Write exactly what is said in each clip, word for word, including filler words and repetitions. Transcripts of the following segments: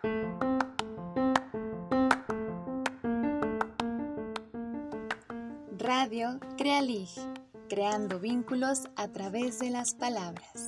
Radio Crealig, creando vínculos a través de las palabras.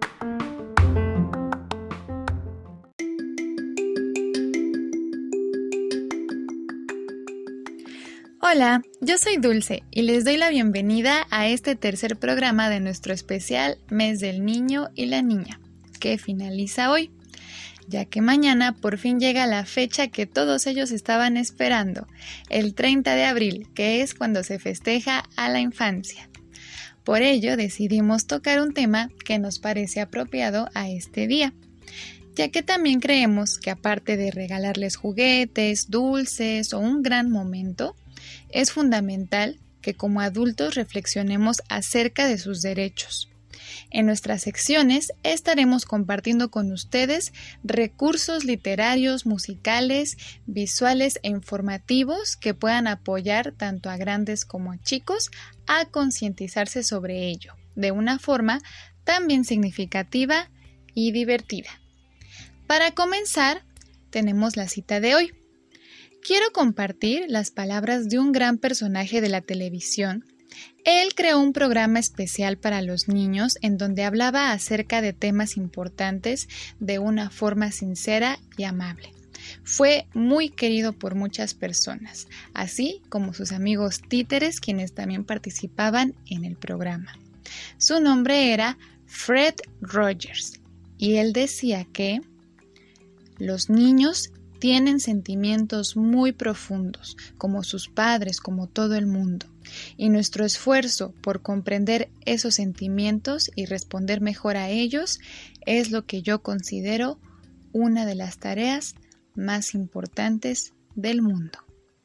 Hola, yo soy Dulce y les doy la bienvenida a este tercer programa de nuestro especial Mes del Niño y la Niña, que finaliza hoy, ya que mañana por fin llega la fecha que todos ellos estaban esperando, el treinta de abril, que es cuando se festeja a la infancia. Por ello decidimos tocar un tema que nos parece apropiado a este día, ya que también creemos que aparte de regalarles juguetes, dulces o un gran momento, es fundamental que como adultos reflexionemos acerca de sus derechos. En nuestras secciones estaremos compartiendo con ustedes recursos literarios, musicales, visuales e informativos que puedan apoyar tanto a grandes como a chicos a concientizarse sobre ello, de una forma también significativa y divertida. Para comenzar, tenemos la cita de hoy. Quiero compartir las palabras de un gran personaje de la televisión. Él creó un programa especial para los niños en donde hablaba acerca de temas importantes de una forma sincera y amable. Fue muy querido por muchas personas, así como sus amigos títeres, quienes también participaban en el programa. Su nombre era Fred Rogers y él decía que los niños tienen sentimientos muy profundos, como sus padres, como todo el mundo, y nuestro esfuerzo por comprender esos sentimientos y responder mejor a ellos es lo que yo considero una de las tareas más importantes del mundo.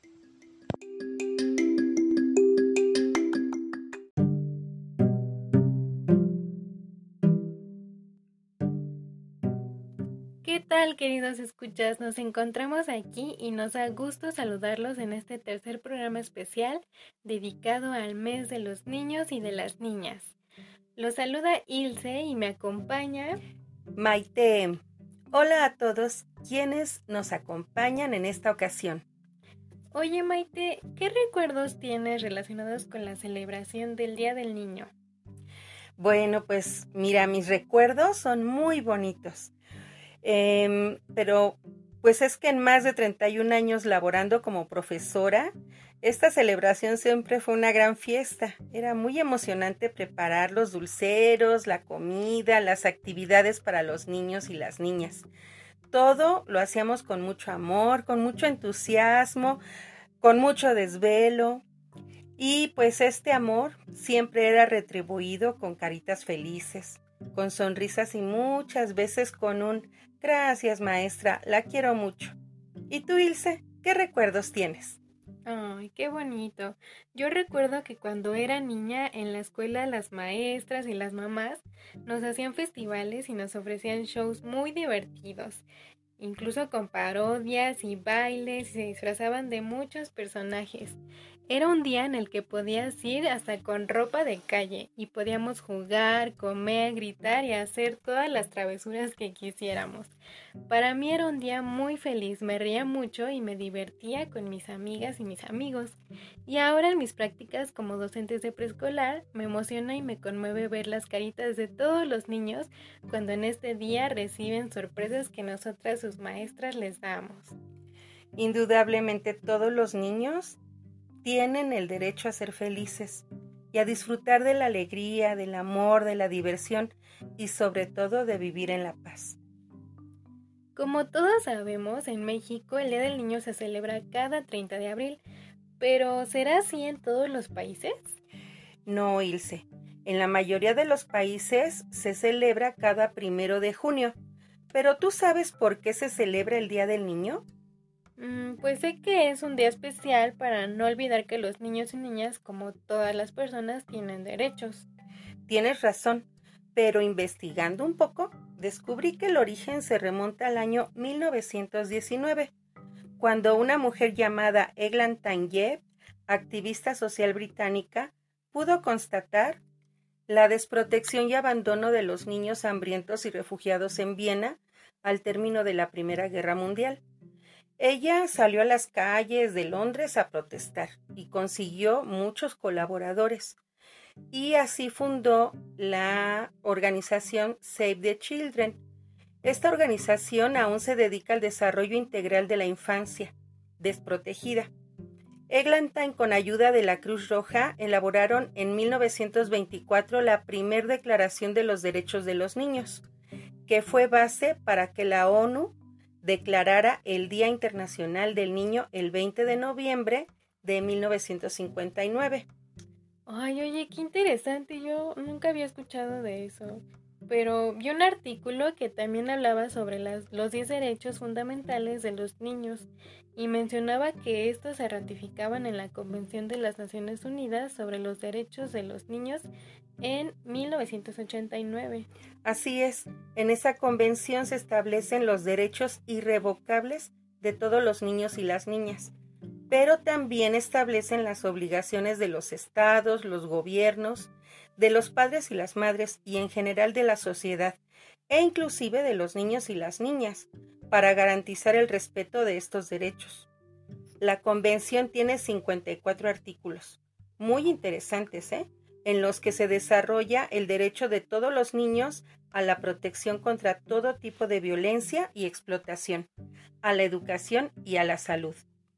¿Qué tal, queridos escuchas? Nos encontramos aquí y nos da gusto saludarlos en este tercer programa especial dedicado al mes de los niños y de las niñas. Los saluda Ilse y me acompaña Maite. Hola a todos quienes nos acompañan en esta ocasión. Oye, Maite, ¿qué recuerdos tienes relacionados con la celebración del Día del Niño? Bueno, pues mira, mis recuerdos son muy bonitos. Eh, pero pues es que en más de treinta y un años laborando como profesora, esta celebración siempre fue una gran fiesta. Era muy emocionante preparar los dulceros, la comida, las actividades para los niños y las niñas. Todo lo hacíamos con mucho amor, con mucho entusiasmo, con mucho desvelo. Y pues este amor siempre era retribuido con caritas felices, con sonrisas y muchas veces con un gracias, maestra, la quiero mucho. ¿Y tú, Ilse, qué recuerdos tienes? Ay, qué bonito. Yo recuerdo que cuando era niña en la escuela las maestras y las mamás nos hacían festivales y nos ofrecían shows muy divertidos, incluso con parodias y bailes y se disfrazaban de muchos personajes. Era un día en el que podías ir hasta con ropa de calle y podíamos jugar, comer, gritar y hacer todas las travesuras que quisiéramos. Para mí era un día muy feliz, me reía mucho y me divertía con mis amigas y mis amigos. Y ahora en mis prácticas como docentes de preescolar me emociona y me conmueve ver las caritas de todos los niños cuando en este día reciben sorpresas que nosotras sus maestras les damos. Indudablemente todos los niños tienen el derecho a ser felices y a disfrutar de la alegría, del amor, de la diversión y sobre todo de vivir en la paz. Como todos sabemos, en México el Día del Niño se celebra cada treinta de abril, pero ¿será así en todos los países? No, Ilse. En la mayoría de los países se celebra cada primero de junio. ¿Pero tú sabes por qué se celebra el Día del Niño? Mm, pues sé que es un día especial para no olvidar que los niños y niñas, como todas las personas, tienen derechos. Tienes razón, pero investigando un poco, descubrí que el origen se remonta al año mil novecientos diecinueve, cuando una mujer llamada Eglantine Jebb, activista social británica, pudo constatar la desprotección y abandono de los niños hambrientos y refugiados en Viena al término de la Primera Guerra Mundial. Ella salió a las calles de Londres a protestar y consiguió muchos colaboradores. Y así fundó la organización Save the Children. Esta organización aún se dedica al desarrollo integral de la infancia desprotegida. Eglantine, con ayuda de la Cruz Roja, elaboraron en mil novecientos veinticuatro la primer Declaración de los Derechos de los Niños, que fue base para que la ONU declarara el Día Internacional del Niño el veinte de noviembre de mil novecientos cincuenta y nueve. Ay, oye, qué interesante, yo nunca había escuchado de eso, pero vi un artículo que también hablaba sobre las, los diez derechos fundamentales de los niños y mencionaba que estos se ratificaban en la Convención de las Naciones Unidas sobre los Derechos de los Niños en mil novecientos ochenta y nueve. Así es, en esa convención se establecen los derechos irrevocables de todos los niños y las niñas, pero también establecen las obligaciones de los estados, los gobiernos, de los padres y las madres y en general de la sociedad, e inclusive de los niños y las niñas, para garantizar el respeto de estos derechos. La convención tiene cincuenta y cuatro artículos, muy interesantes, ¿eh? en los que se desarrolla el derecho de todos los niños a la protección contra todo tipo de violencia y explotación, a la educación y a la salud.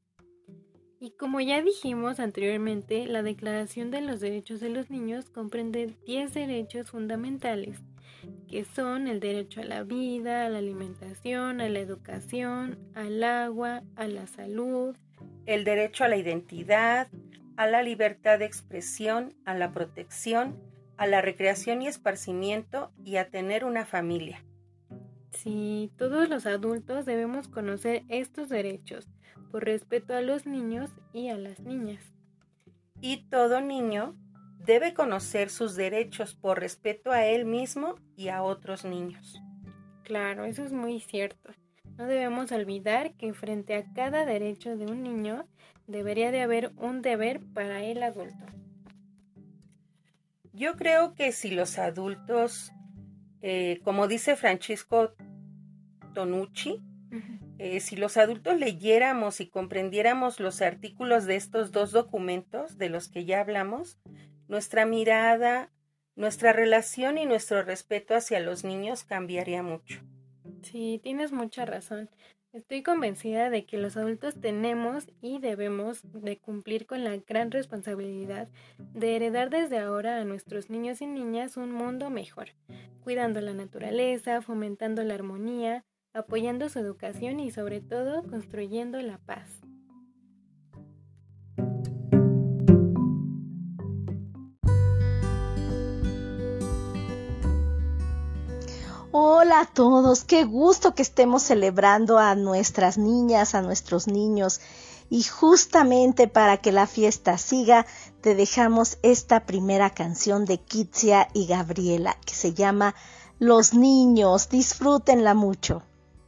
Y como ya dijimos anteriormente, la Declaración de los Derechos de los Niños comprende diez derechos fundamentales, que son el derecho a la vida, a la alimentación, a la educación, al agua, a la salud, el derecho a la identidad, a la libertad de expresión, a la protección, a la recreación y esparcimiento y a tener una familia. Sí, todos los adultos debemos conocer estos derechos por respeto a los niños y a las niñas. Y todo niño debe conocer sus derechos por respeto a él mismo y a otros niños. Claro, eso es muy cierto. No debemos olvidar que frente a cada derecho de un niño debería de haber un deber para el adulto. Yo creo que si los adultos, eh, como dice Francisco Tonucci, uh-huh. eh, si los adultos leyéramos y comprendiéramos los artículos de estos dos documentos de los que ya hablamos, nuestra mirada, nuestra relación y nuestro respeto hacia los niños cambiaría mucho. Sí, tienes mucha razón. Estoy convencida de que los adultos tenemos y debemos de cumplir con la gran responsabilidad de heredar desde ahora a nuestros niños y niñas un mundo mejor, cuidando la naturaleza, fomentando la armonía, apoyando su educación y sobre todo construyendo la paz. Hola a todos, qué gusto que estemos celebrando a nuestras niñas, a nuestros niños. Y justamente para que la fiesta siga, te dejamos esta primera canción de Kitsia y Gabriela, que se llama Los Niños. Disfrútenla mucho.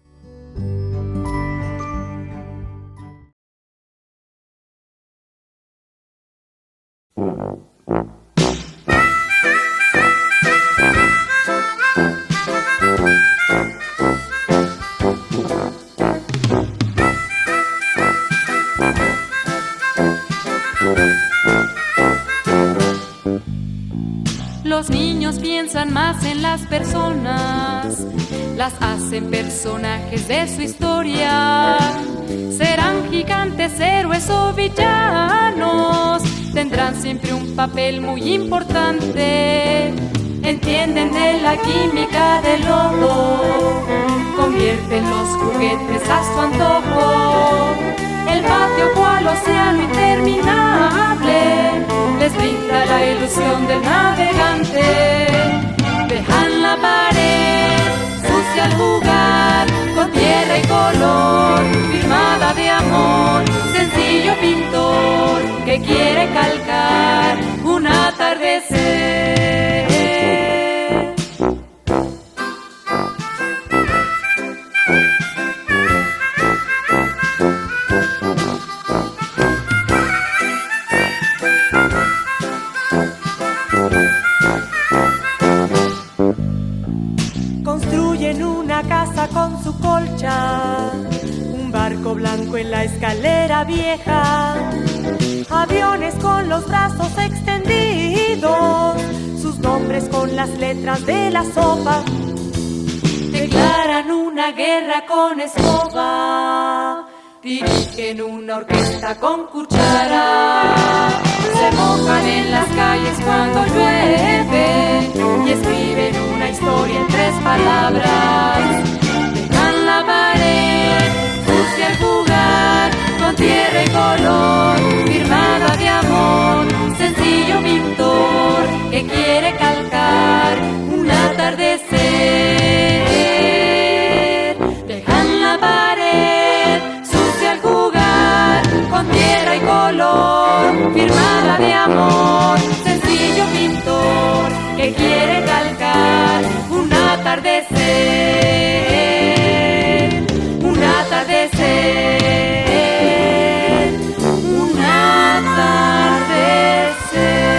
Los niños piensan más en las personas, las hacen personajes de su historia. Serán gigantes, héroes o villanos, tendrán siempre un papel muy importante. Entienden de la química del lodo, convierten los juguetes a su antojo. El patio cual océano interminable les brinda la ilusión del navegante. Dejan la pared sucia al jugar con tierra y color, firmada de amor, sencillo pintor que quiere calcar un atardecer. Construyen una casa con su Blanco, blanco en la escalera vieja, aviones con los brazos extendidos, sus nombres con las letras de la sopa, declaran una guerra con escoba, dirigen una orquesta con cuchara, se mojan en las calles cuando llueve y escriben una historia en tres palabras. Dejan la pared sucia al jugar con tierra y color, firmada de amor, sencillo pintor que quiere calcar un atardecer. Dejan la pared sucia al jugar con tierra y color, firmada de amor, sencillo pintor que quiere calcar un atardecer, un atardecer, un atardecer.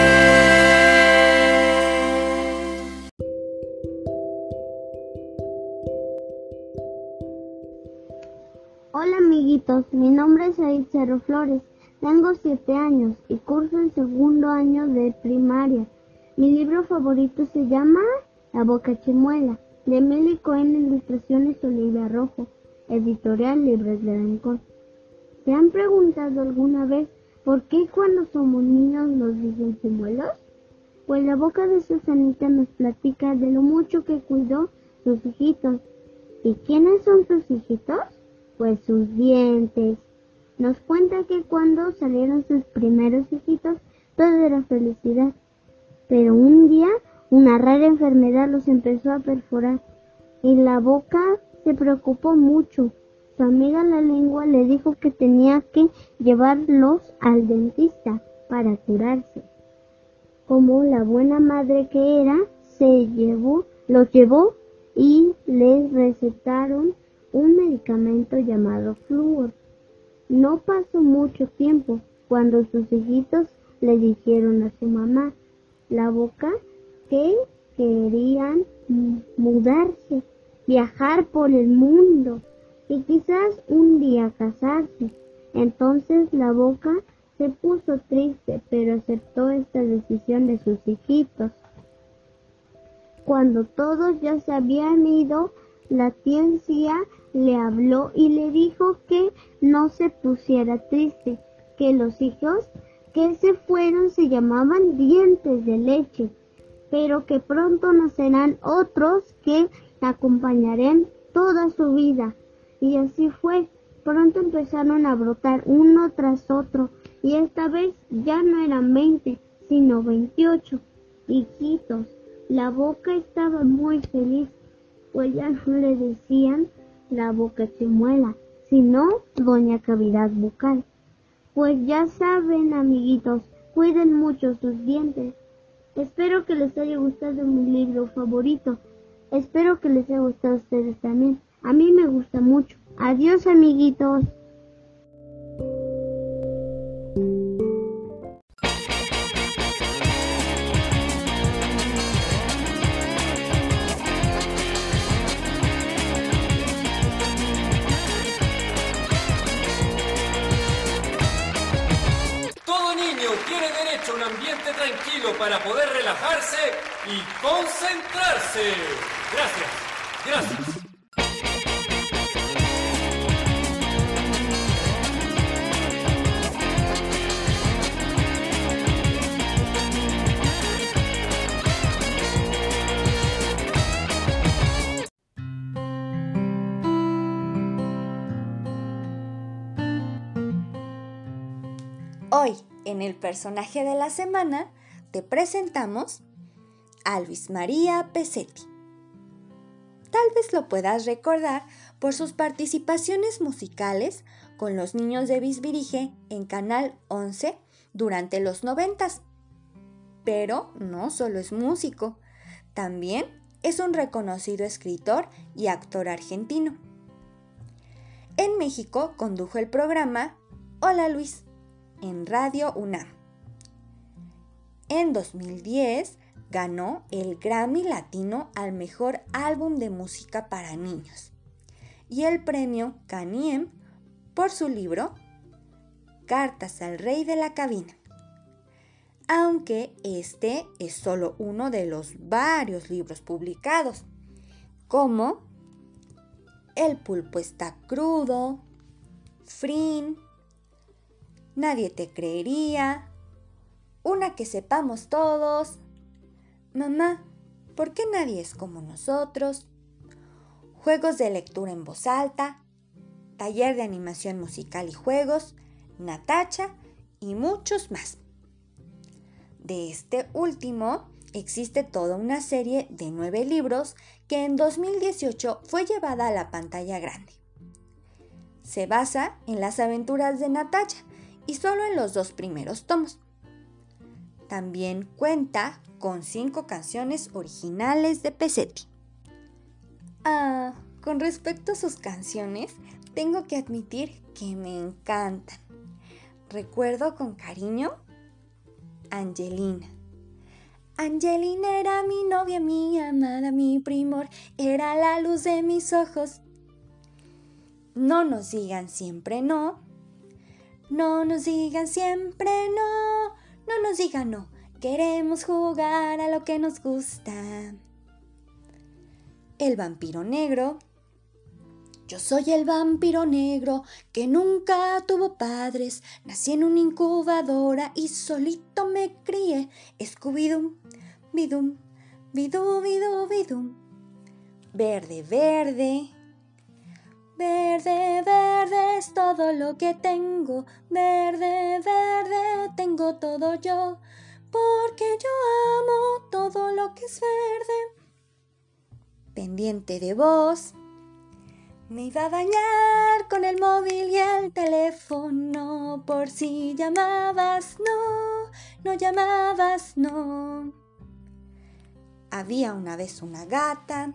Hola amiguitos, mi nombre es Aid Cerro Flores, tengo siete años y curso el segundo año de primaria. Mi libro favorito se llama La Boca Chimuela, de Emily Cohen, ilustraciones Olivia Rojo, editorial Libros de Ancón. ¿Se han preguntado alguna vez por qué cuando somos niños nos dicen chimuelos? Pues la boca de Susanita nos platica de lo mucho que cuidó sus hijitos. ¿Y quiénes son sus hijitos? Pues sus dientes. Nos cuenta que cuando salieron sus primeros hijitos, todo era felicidad. Pero un día, una rara enfermedad los empezó a perforar y la boca se preocupó mucho. Su amiga la lengua le dijo que tenía que llevarlos al dentista para curarse. Como la buena madre que era, se llevó, los llevó y les recetaron un medicamento llamado flúor. No pasó mucho tiempo cuando sus hijitos le dijeron a su mamá, la boca, que querían mudarse, viajar por el mundo y quizás un día casarse. Entonces la boca se puso triste, pero aceptó esta decisión de sus hijitos. Cuando todos ya se habían ido, la ciencia le habló y le dijo que no se pusiera triste, que los hijos que se fueron se llamaban dientes de leche, pero que pronto nacerán otros que acompañarán toda su vida. Y así fue. Pronto empezaron a brotar uno tras otro, y esta vez ya no eran veinte, sino veintiocho hijitos. La boca estaba muy feliz, pues ya no le decían la boca chimuela, sino doña cavidad bucal. Pues ya saben, amiguitos, cuiden mucho sus dientes. Espero que les haya gustado mi libro favorito. Espero que les haya gustado a ustedes también. A mí me gusta mucho. Adiós, amiguitos. Tiene derecho a un ambiente tranquilo para poder relajarse y concentrarse. Gracias, gracias. Hoy, en el personaje de la semana, te presentamos a Luis María Pesetti. Tal vez lo puedas recordar por sus participaciones musicales con los niños de Bisbirige en Canal once durante los noventas. Pero no solo es músico, también es un reconocido escritor y actor argentino. En México condujo el programa Hola Luis en Radio UNAM. En dos mil diez ganó el Grammy Latino al mejor álbum de música para niños y el premio Caniem por su libro Cartas al Rey de la Cabina, aunque este es solo uno de los varios libros publicados, como El pulpo está crudo, Frin, Nadie te creería, Una que sepamos todos, Mamá, ¿por qué nadie es como nosotros?, Juegos de lectura en voz alta, Taller de animación musical y juegos, Natacha y muchos más. De este último existe toda una serie de nueve libros que en dos mil dieciocho fue llevada a la pantalla grande. Se basa en las aventuras de Natacha y solo en los dos primeros tomos. También cuenta con cinco canciones originales de Pesetti. Ah, con respecto a sus canciones, tengo que admitir que me encantan. Recuerdo con cariño Angelina. Angelina era mi novia, mi amada, mi primor, era la luz de mis ojos. No nos digan siempre no, no nos digan siempre no, no nos digan no, queremos jugar a lo que nos gusta. El vampiro negro. Yo soy el vampiro negro que nunca tuvo padres, nací en una incubadora y solito me crié. Scooby-Doo, bidum, bidú, bidú, bidum. Verde, verde, verde, verde es todo lo que tengo. Verde, verde, tengo todo yo, porque yo amo todo lo que es verde. Pendiente de voz. Me iba a bañar con el móvil y el teléfono por si llamabas, no, no llamabas, no. Había una vez una gata,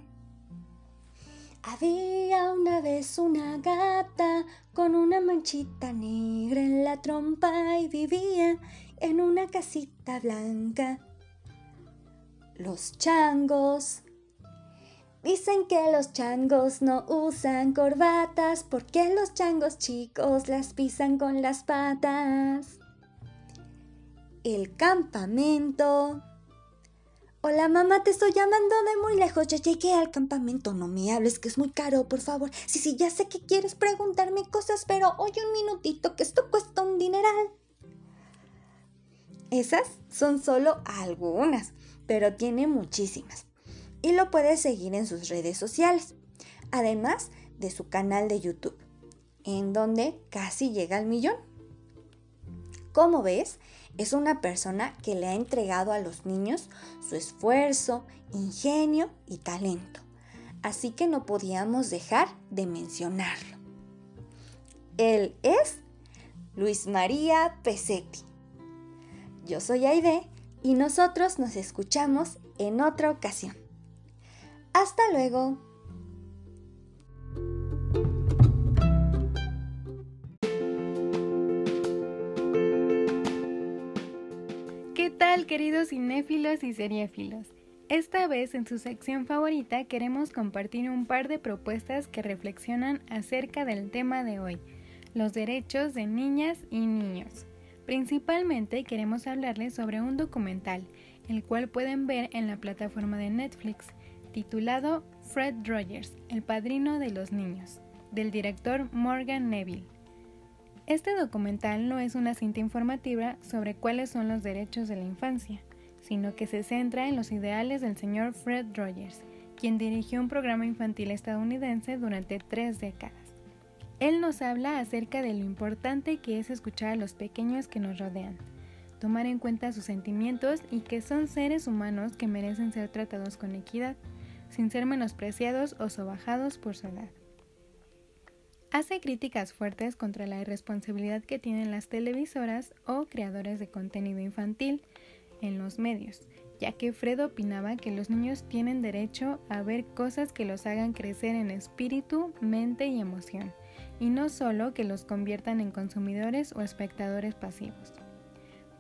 había una vez una gata con una manchita negra en la trompa y vivía en una casita blanca. Los changos. Dicen que los changos no usan corbatas porque los changos chicos las pisan con las patas. El campamento. Hola mamá, te estoy llamando de muy lejos, ya llegué al campamento. No me hables que es muy caro, por favor. Sí, sí, ya sé que quieres preguntarme cosas, pero oye un minutito que esto cuesta un dineral. Esas son solo algunas, pero tiene muchísimas. Y lo puedes seguir en sus redes sociales, además de su canal de YouTube, en donde casi llega al millón. Como ves, es una persona que le ha entregado a los niños su esfuerzo, ingenio y talento, así que no podíamos dejar de mencionarlo. Él es Luis María Pesetti. Yo soy Aide y nosotros nos escuchamos en otra ocasión. ¡Hasta luego! ¿Qué tal, queridos cinéfilos y seriéfilos? Esta vez en su sección favorita queremos compartir un par de propuestas que reflexionan acerca del tema de hoy, los derechos de niñas y niños. Principalmente queremos hablarles sobre un documental, el cual pueden ver en la plataforma de Netflix, titulado Fred Rogers, el padrino de los niños, del director Morgan Neville. Este documental no es una cinta informativa sobre cuáles son los derechos de la infancia, sino que se centra en los ideales del señor Fred Rogers, quien dirigió un programa infantil estadounidense durante tres décadas. Él nos habla acerca de lo importante que es escuchar a los pequeños que nos rodean, tomar en cuenta sus sentimientos y que son seres humanos que merecen ser tratados con equidad, sin ser menospreciados o sobajados por su edad. Hace críticas fuertes contra la irresponsabilidad que tienen las televisoras o creadores de contenido infantil en los medios, ya que Fred opinaba que los niños tienen derecho a ver cosas que los hagan crecer en espíritu, mente y emoción, y no solo que los conviertan en consumidores o espectadores pasivos.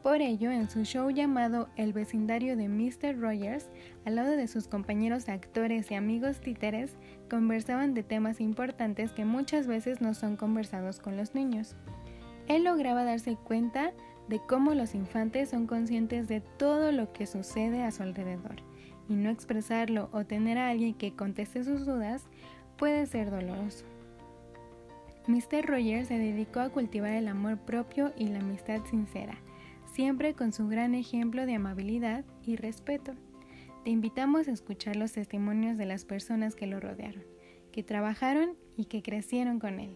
Por ello, en su show llamado El vecindario de míster Rogers, al lado de sus compañeros actores y amigos títeres, conversaban de temas importantes que muchas veces no son conversados con los niños. Él lograba darse cuenta de cómo los infantes son conscientes de todo lo que sucede a su alrededor, y no expresarlo o tener a alguien que conteste sus dudas puede ser doloroso. míster Rogers se dedicó a cultivar el amor propio y la amistad sincera, siempre con su gran ejemplo de amabilidad y respeto. Te invitamos a escuchar los testimonios de las personas que lo rodearon, que trabajaron y que crecieron con él.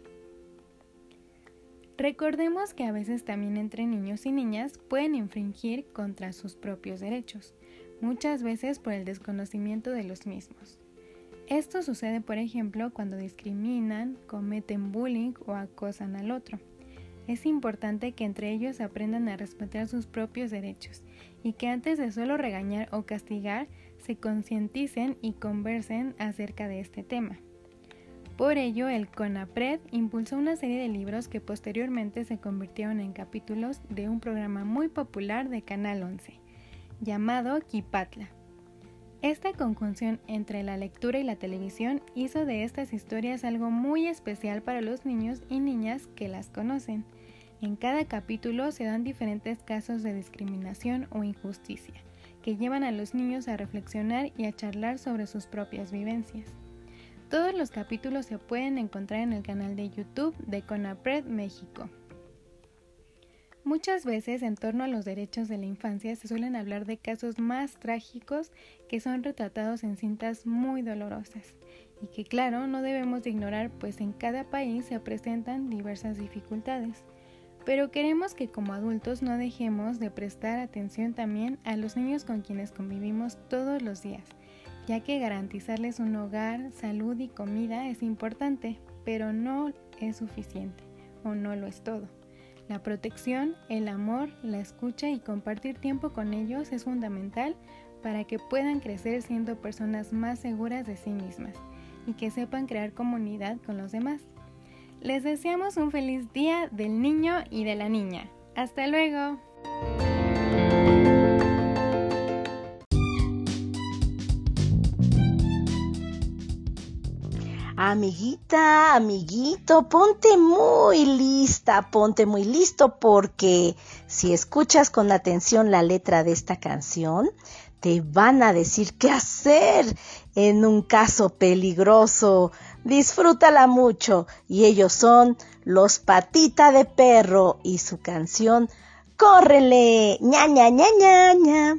Recordemos que a veces también entre niños y niñas pueden infringir contra sus propios derechos, muchas veces por el desconocimiento de los mismos. Esto sucede, por ejemplo, cuando discriminan, cometen bullying o acosan al otro. Es importante que entre ellos aprendan a respetar sus propios derechos y que antes de solo regañar o castigar, se concienticen y conversen acerca de este tema. Por ello, el CONAPRED impulsó una serie de libros que posteriormente se convirtieron en capítulos de un programa muy popular de Canal once, llamado Quipatla. Esta conjunción entre la lectura y la televisión hizo de estas historias algo muy especial para los niños y niñas que las conocen. En cada capítulo se dan diferentes casos de discriminación o injusticia, que llevan a los niños a reflexionar y a charlar sobre sus propias vivencias. Todos los capítulos se pueden encontrar en el canal de YouTube de CONAPRED México. Muchas veces en torno a los derechos de la infancia se suelen hablar de casos más trágicos que son retratados en cintas muy dolorosas y que claro no debemos de ignorar, pues en cada país se presentan diversas dificultades. Pero queremos que como adultos no dejemos de prestar atención también a los niños con quienes convivimos todos los días, ya que garantizarles un hogar, salud y comida es importante, pero no es suficiente o no lo es todo. La protección, el amor, la escucha y compartir tiempo con ellos es fundamental para que puedan crecer siendo personas más seguras de sí mismas y que sepan crear comunidad con los demás. Les deseamos un feliz día del niño y de la niña. ¡Hasta luego! Amiguita, amiguito, ponte muy lista, ponte muy listo porque si escuchas con atención la letra de esta canción, te van a decir qué hacer en un caso peligroso. Disfrútala mucho y ellos son Los Patita de Perro y su canción ¡Córrele! ¡Ña, ña, ña, ña, ña!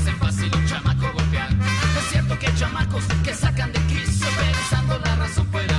Que sacan de quicio, pensando la razón fuera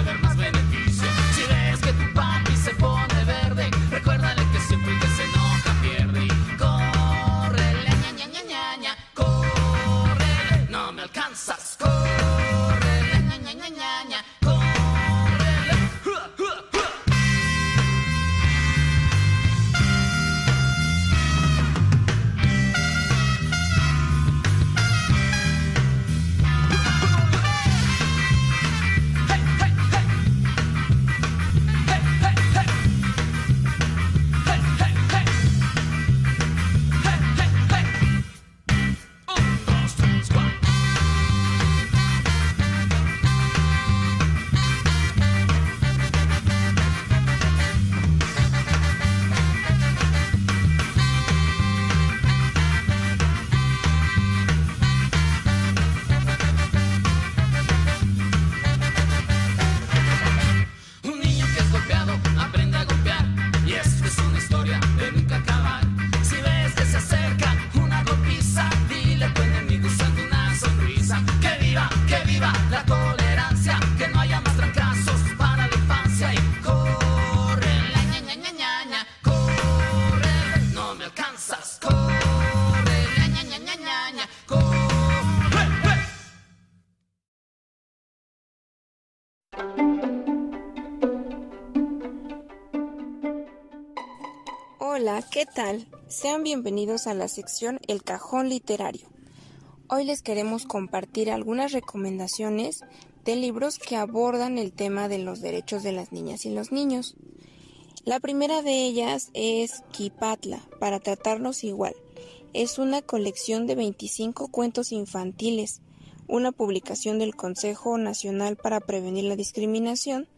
Hola, ¿qué tal? Sean bienvenidos a la sección El Cajón Literario. Hoy les queremos compartir algunas recomendaciones de libros que abordan el tema de los derechos de las niñas y los niños. La primera de ellas es Quipatla, para tratarnos igual. Es una colección de veinticinco cuentos infantiles, una publicación del Consejo Nacional para Prevenir la Discriminación,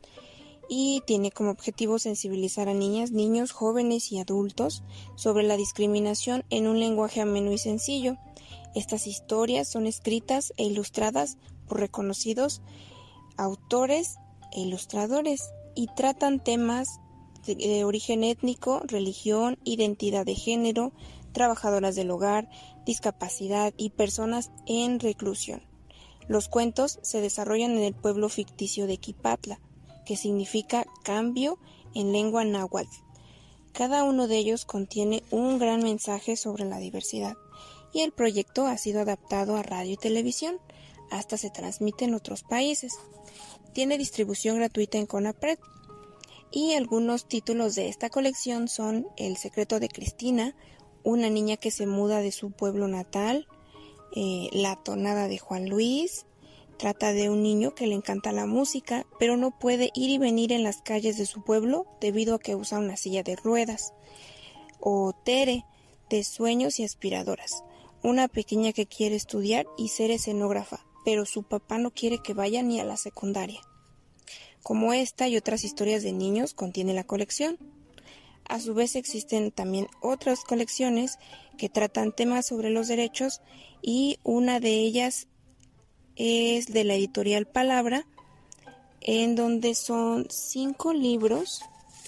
y tiene como objetivo sensibilizar a niñas, niños, jóvenes y adultos sobre la discriminación en un lenguaje ameno y sencillo. Estas historias son escritas e ilustradas por reconocidos autores e ilustradores y tratan temas de, de origen étnico, religión, identidad de género, trabajadoras del hogar, discapacidad y personas en reclusión. Los cuentos se desarrollan en el pueblo ficticio de Quipatla, que significa cambio en lengua náhuatl. Cada uno de ellos contiene un gran mensaje sobre la diversidad, y el proyecto ha sido adaptado a radio y televisión, hasta se transmite en otros países. Tiene distribución gratuita en CONAPRED, y algunos títulos de esta colección son El secreto de Cristina, una niña que se muda de su pueblo natal, eh, La tonada de Juan Luis. Trata de un niño que le encanta la música, pero no puede ir y venir en las calles de su pueblo debido a que usa una silla de ruedas. O Tere, de Sueños y Aspiradoras, una pequeña que quiere estudiar y ser escenógrafa, pero su papá no quiere que vaya ni a la secundaria. Como esta y otras historias de niños contiene la colección. A su vez existen también otras colecciones que tratan temas sobre los derechos, y una de ellas es de la editorial Palabra, en donde son cinco libros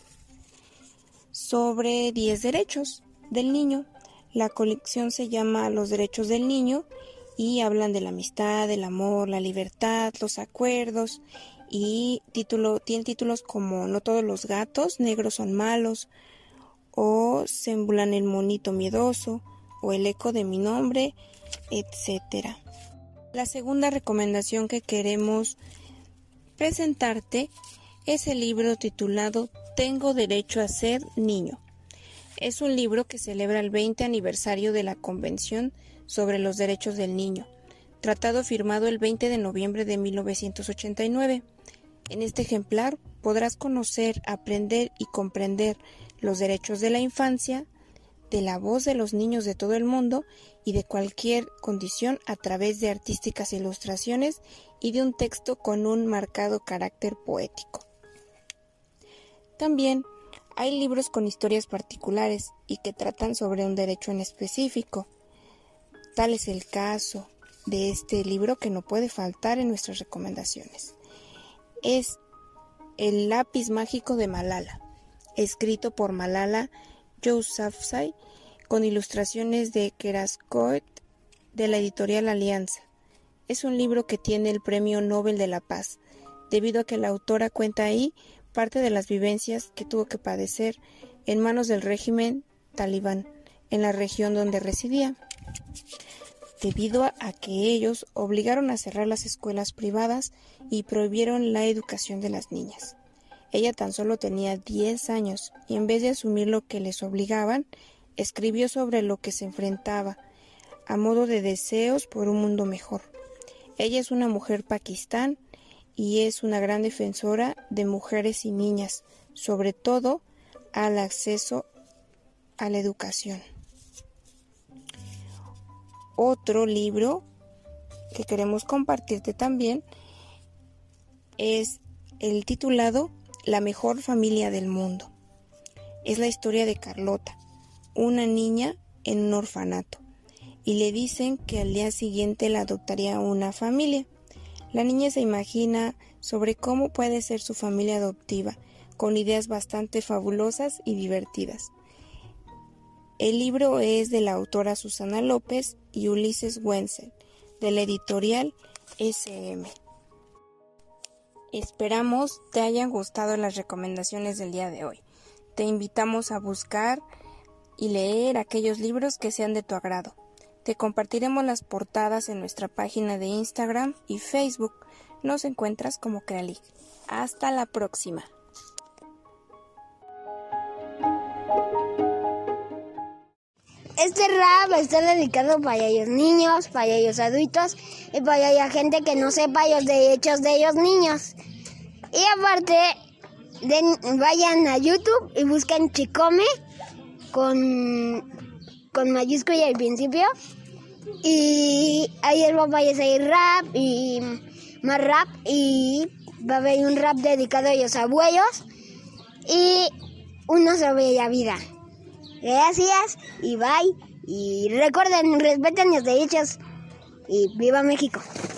sobre diez derechos del niño. La colección se llama Los derechos del niño y hablan de la amistad, el amor, la libertad, los acuerdos, y título, tienen títulos como No todos los gatos negros son malos, o Sembulan el monito miedoso, o El eco de mi nombre, etcétera. La segunda recomendación que queremos presentarte es el libro titulado Tengo derecho a ser niño. Es un libro que celebra el veinte aniversario de la Convención sobre los Derechos del Niño, tratado firmado el veinte de noviembre de mil novecientos ochenta y nueve. En este ejemplar podrás conocer, aprender y comprender los derechos de la infancia, de la voz de los niños de todo el mundo y de cualquier condición a través de artísticas ilustraciones y de un texto con un marcado carácter poético. También hay libros con historias particulares y que tratan sobre un derecho en específico. Tal es el caso de este libro que no puede faltar en nuestras recomendaciones. Es El lápiz mágico de Malala, escrito por Malala Yousafzai, con ilustraciones de Kerascoet de la editorial Alianza. Es un libro que tiene el Premio Nobel de la Paz, debido a que la autora cuenta ahí parte de las vivencias que tuvo que padecer en manos del régimen talibán en la región donde residía, debido a que ellos obligaron a cerrar las escuelas privadas y prohibieron la educación de las niñas. Ella tan solo tenía diez años y en vez de asumir lo que les obligaban, escribió sobre lo que se enfrentaba, a modo de deseos por un mundo mejor. Ella es una mujer pakistán y es una gran defensora de mujeres y niñas, sobre todo al acceso a la educación. Otro libro que queremos compartirte también es el titulado La mejor familia del mundo. Es la historia de Carlota, una niña en un orfanato, y le dicen que al día siguiente la adoptaría una familia. La niña se imagina sobre cómo puede ser su familia adoptiva, con ideas bastante fabulosas y divertidas. El libro es de la autora Susana López y Ulises Wenzel, de la editorial ese eme. Esperamos te hayan gustado las recomendaciones del día de hoy. Te invitamos a buscar y leer aquellos libros que sean de tu agrado. Te compartiremos las portadas en nuestra página de Instagram y Facebook. Nos encuentras como Crealig. Hasta la próxima. Este rap está dedicado para ellos niños, para ellos adultos y para aquella gente que no sepa los derechos de ellos niños. Y aparte, den, vayan a YouTube y busquen Chicome con, con mayúscula al principio. Y ahí les va a aparecer rap y más rap y va a haber un rap dedicado a los abuelos y uno sobre la vida. Gracias y bye. Y recuerden, respeten los derechos y ¡viva México!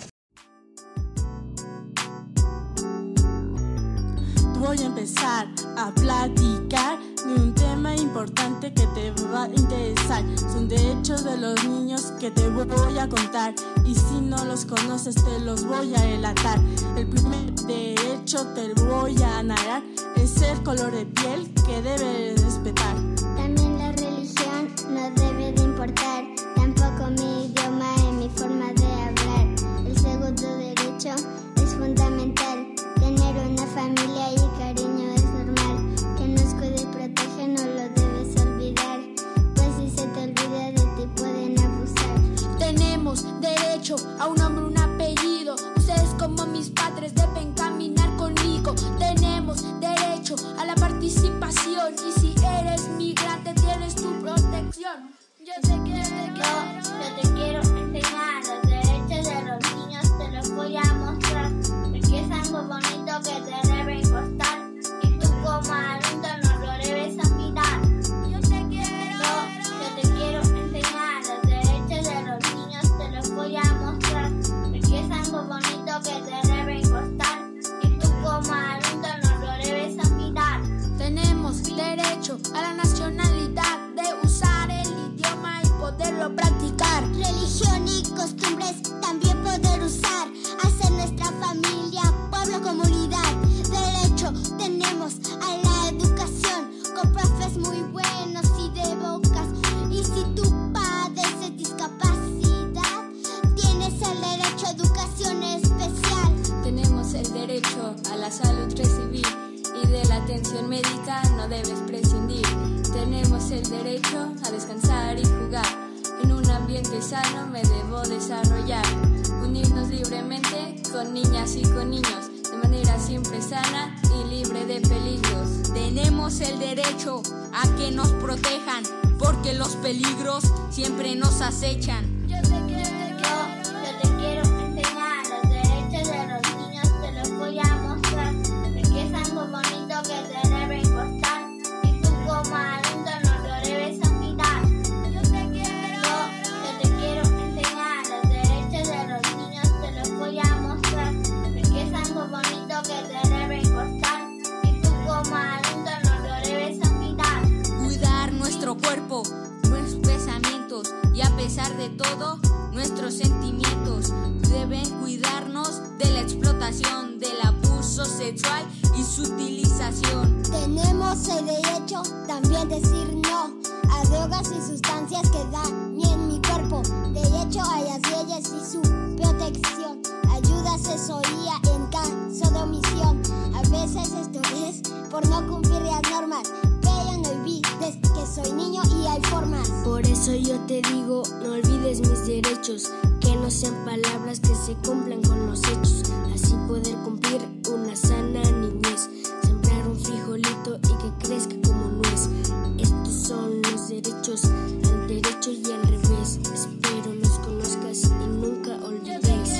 Voy a empezar a platicar de un tema importante que te va a interesar. Son derechos de los niños que te voy a contar. Y si no los conoces te los voy a relatar. El primer derecho te voy a narrar es el color de piel que debes respetar. También la religión no debe de importar, tampoco mi idioma y mi forma de hablar. El segundo derecho es fundamental, tener una familia y cariño es normal. Que nos cuide y protege no lo debes olvidar, pues si se te olvida de ti pueden abusar. Tenemos derecho a un nombre, un apellido, ustedes como mis padres deben caminar conmigo. Tenemos derecho a la participación y si eres migrante tienes tu protección. Yo te quiero, te quiero, yo te quiero enseñar los derechos de los niños, te los voy a mostrar, porque es algo bonito que te debe costar y tú como adulto no lo debes olvidar. Yo te quiero, yo, yo te quiero enseñar los derechos de los niños, te los voy a mostrar, porque es algo bonito que te debe costar y tú como adulto no lo debes olvidar. Tenemos derecho a la nacionalidad, de usar el idioma y poderlo practicar. Religión y costumbres también poder usar, hacer nuestra familia, pueblo, comunidad. Derecho tenemos a la educación, con profes muy buenos y de bocas. Y si tú padeces discapacidad, tienes el derecho a educación especial. Tenemos el derecho a la salud recibir y de la atención médica no debes prescindir. Tenemos el derecho a descansar y jugar. En un ambiente sano me debo desarrollar. Unirnos libremente con niñas y con niños, de manera siempre sana y libre de peligros. Tenemos el derecho a que nos protejan, porque los peligros siempre nos acechan. Yo te quiero, te quiero, yo te quiero enseñar los derechos de los niños, te los voy a mostrar, porque es algo bonito que te debe costar y tú como adulto no lo debes olvidar. Yo te quiero, yo, yo te quiero enseñar los derechos de los niños, te los voy a mostrar, porque es algo bonito que te debe costar y tú como adulto no lo debes olvidar. Cuidar nuestro cuerpo, nuestros pensamientos y a pesar de todo, nuestros sentimientos deben cuidarnos de la explotación, del abuso sexual y su utilización. Tenemos el derecho también decir no a drogas y sustancias que dañen mi cuerpo. Derecho a las leyes y su protección. Ayuda, asesoría en caso de omisión. A veces esto es por no cumplir las normas, pero no olvides que soy niño y hay formas. Por eso yo te digo, no olvides mis derechos, que no sean palabras, que se cumplan con los hechos. Así poder cumplir una sana niñez, sembrar un frijolito y que crezca como nuez. Estos son los derechos, al derecho y al revés. Espero los conozcas y nunca olvides.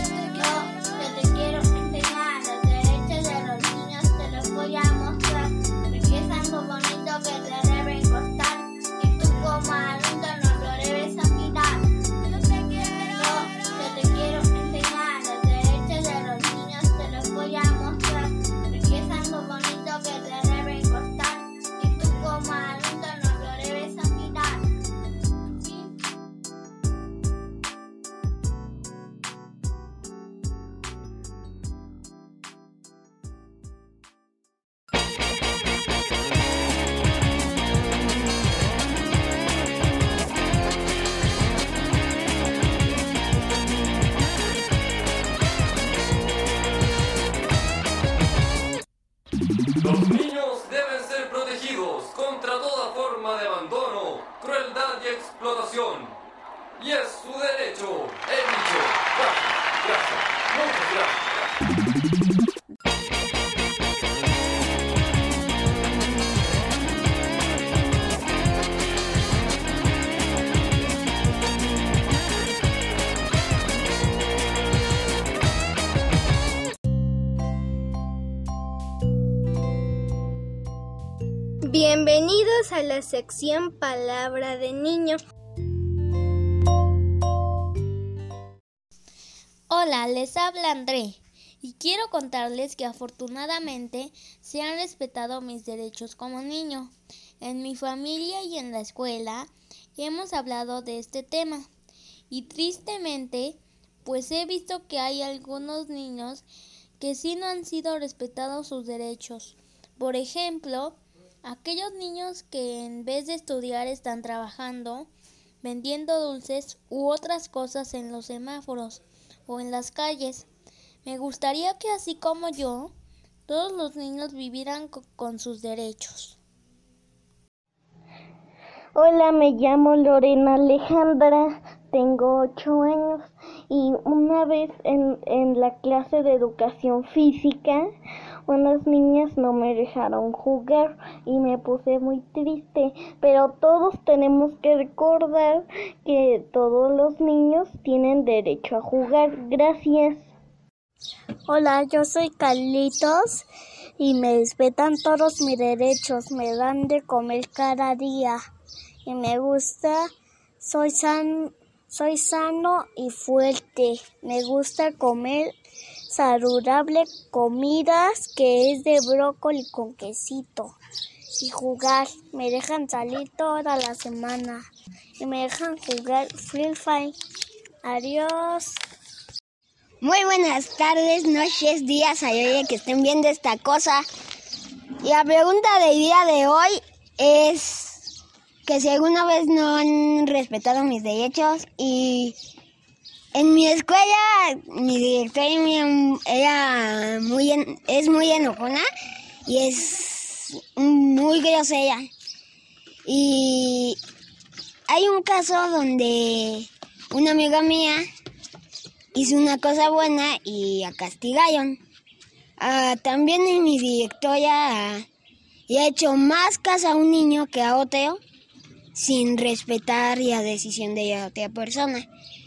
Yo te quiero enseñar los derechos de los niños, te los voy a mostrar, porque es algo bonito que te debe costar y tú como adulto no lo debes olvidar. Yo te quiero, yo, yo te quiero enseñar los derechos de los niños, te los voy a mostrar, porque Los niños deben ser protegidos contra toda forma de abandono, crueldad y explotación. Y es su derecho. He dicho. Gracias, gracias, muchas gracias. Bienvenidos a la sección Palabra de Niño. Hola, les habla André y quiero contarles que afortunadamente se han respetado mis derechos como niño. En mi familia y en la escuela hemos hablado de este tema y tristemente pues he visto que hay algunos niños que sí no han sido respetados sus derechos. Por ejemplo, aquellos niños que en vez de estudiar están trabajando, vendiendo dulces u otras cosas en los semáforos o en las calles. Me gustaría que así como yo, todos los niños vivieran co- con sus derechos. Hola, me llamo Lorena Alejandra, tengo ocho años y una vez en, en la clase de educación física, unas niñas no me dejaron jugar y me puse muy triste, pero todos tenemos que recordar que todos los niños tienen derecho a jugar. Gracias. Hola, yo soy Carlitos y me respetan todos mis derechos, me dan de comer cada día y me gusta, soy san, soy sano y fuerte, me gusta comer saludable, comidas que es de brócoli con quesito y jugar, me dejan salir toda la semana y me dejan jugar Free Fire. Adiós. Muy buenas tardes, noches, días, a hoy que estén viendo esta cosa. Y la pregunta del día de hoy es que si alguna vez no han respetado mis derechos. Y en mi escuela mi directora era muy en, es muy enojona y es muy grosera. Y hay un caso donde una amiga mía hizo una cosa buena y la castigaron. Uh, también en mi directora uh, y ha hecho más caso a un niño que a otro sin respetar la decisión de la otra persona.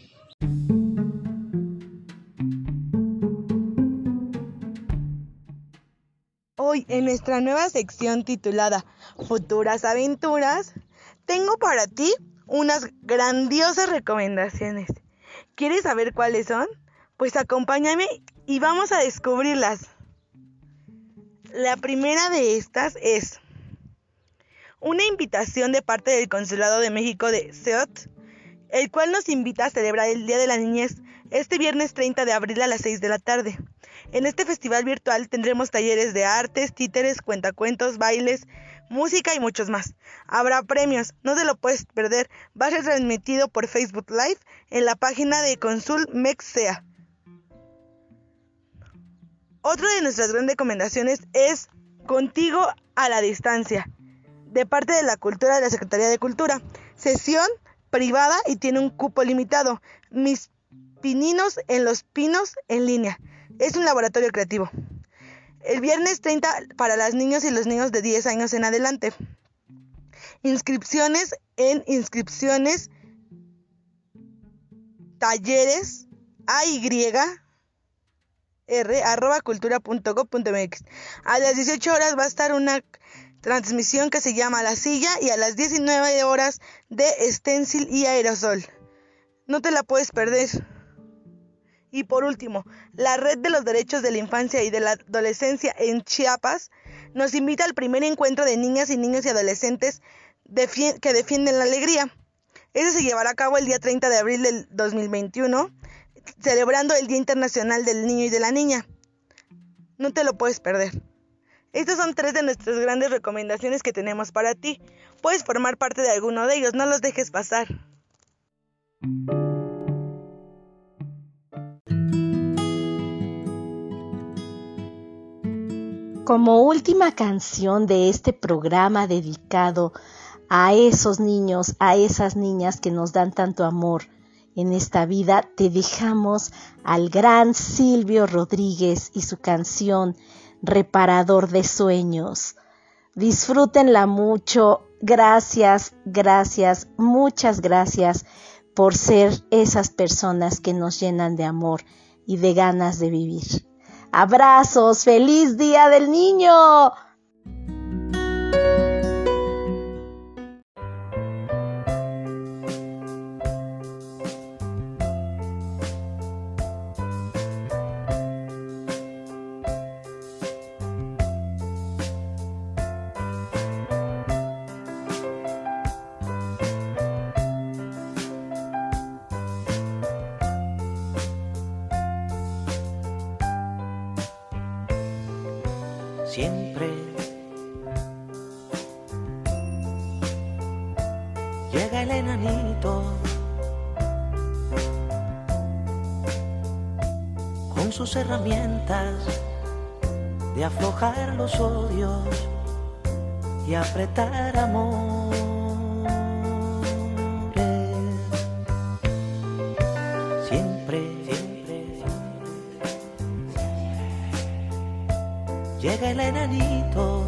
Hoy en nuestra nueva sección titulada Futuras Aventuras, tengo para ti unas grandiosas recomendaciones. ¿Quieres saber cuáles son? Pues acompáñame y vamos a descubrirlas. La primera de estas es una invitación de parte del Consulado de México de Seattle, el cual nos invita a celebrar el Día de la Niñez este viernes treinta de abril a las seis de la tarde. En este festival virtual tendremos talleres de artes, títeres, cuentacuentos, bailes, música y muchos más. Habrá premios, no te lo puedes perder. Va a ser transmitido por Facebook Live en la página de Consul Mexsea. Otra de nuestras grandes recomendaciones es Contigo a la Distancia, de parte de la Cultura de la Secretaría de Cultura. Sesión privada y tiene un cupo limitado. Mis pininos en los pinos en línea. Es un laboratorio creativo. El viernes treinta para las niñas y los niños de diez años en adelante. Inscripciones en inscripciones talleres ay r arroba cultura punto gob punto mx. A las dieciocho horas va a estar una transmisión que se llama La Silla y a las diecinueve horas de Stencil y Aerosol. No te la puedes perder. Y por último, la Red de los Derechos de la Infancia y de la Adolescencia en Chiapas nos invita al primer encuentro de niñas y niños y adolescentes defi- que defienden la alegría. Ese se llevará a cabo el día treinta de abril del dos mil veintiuno, celebrando el Día Internacional del Niño y de la Niña. No te lo puedes perder. Estas son tres de nuestras grandes recomendaciones que tenemos para ti. Puedes formar parte de alguno de ellos, no los dejes pasar. Como última canción de este programa dedicado a esos niños, a esas niñas que nos dan tanto amor en esta vida, te dejamos al gran Silvio Rodríguez y su canción Reparador de Sueños. Disfrútenla mucho. Gracias, gracias, muchas gracias por ser esas personas que nos llenan de amor y de ganas de vivir. Abrazos, feliz Día del Niño. Siempre llega el enanito con sus herramientas de aflojar los odios y apretar amores. Siempre llega el enanito,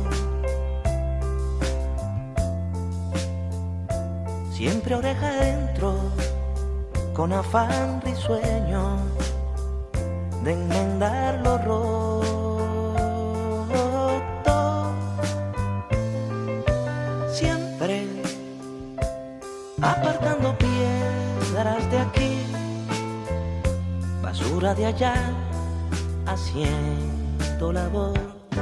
siempre oreja adentro, con afán risueño de enmendar lo roto. Siempre apartando piedras de aquí, basura de allá, haciendo labor.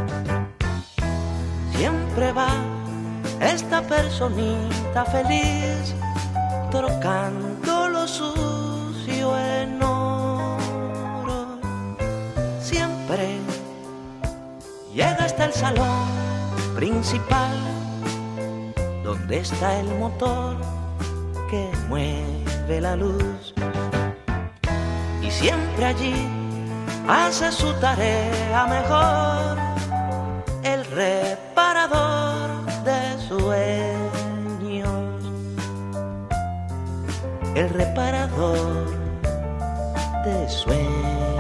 Siempre va esta personita feliz, trocando lo sucio en oro. Siempre llega hasta el salón principal, donde está el motor que mueve la luz. Y siempre allí hace su tarea mejor, el reparador de sueños, el reparador de sueños.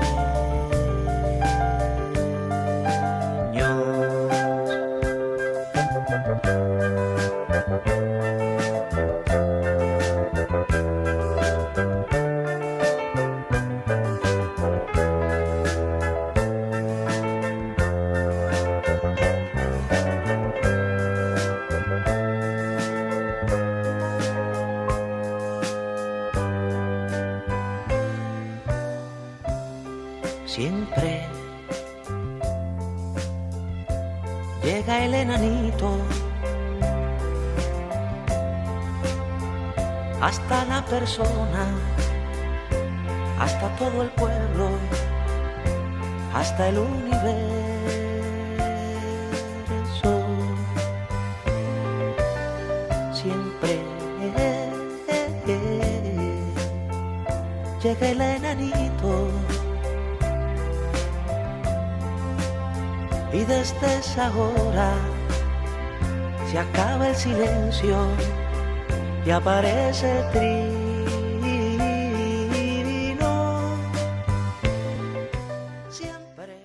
Siempre llega el enanito hasta la persona, hasta todo el pueblo, hasta el universo. Siempre llega el enanito, y desde esa hora se acaba el silencio y aparece el trino. Siempre.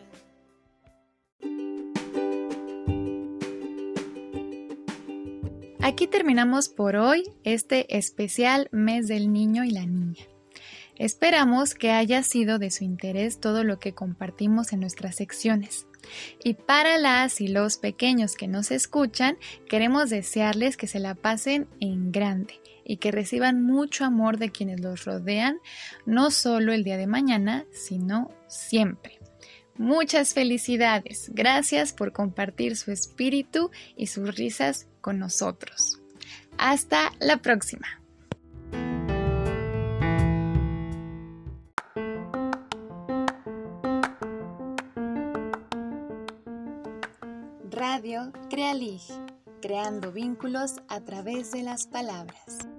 Aquí terminamos por hoy este especial Mes del Niño y la Niña. Esperamos que haya sido de su interés todo lo que compartimos en nuestras secciones. Y para las y los pequeños que nos escuchan, queremos desearles que se la pasen en grande y que reciban mucho amor de quienes los rodean, no solo el día de mañana, sino siempre. Muchas felicidades, gracias por compartir su espíritu y sus risas con nosotros. Hasta la próxima. Radio Crealig, creando vínculos a través de las palabras.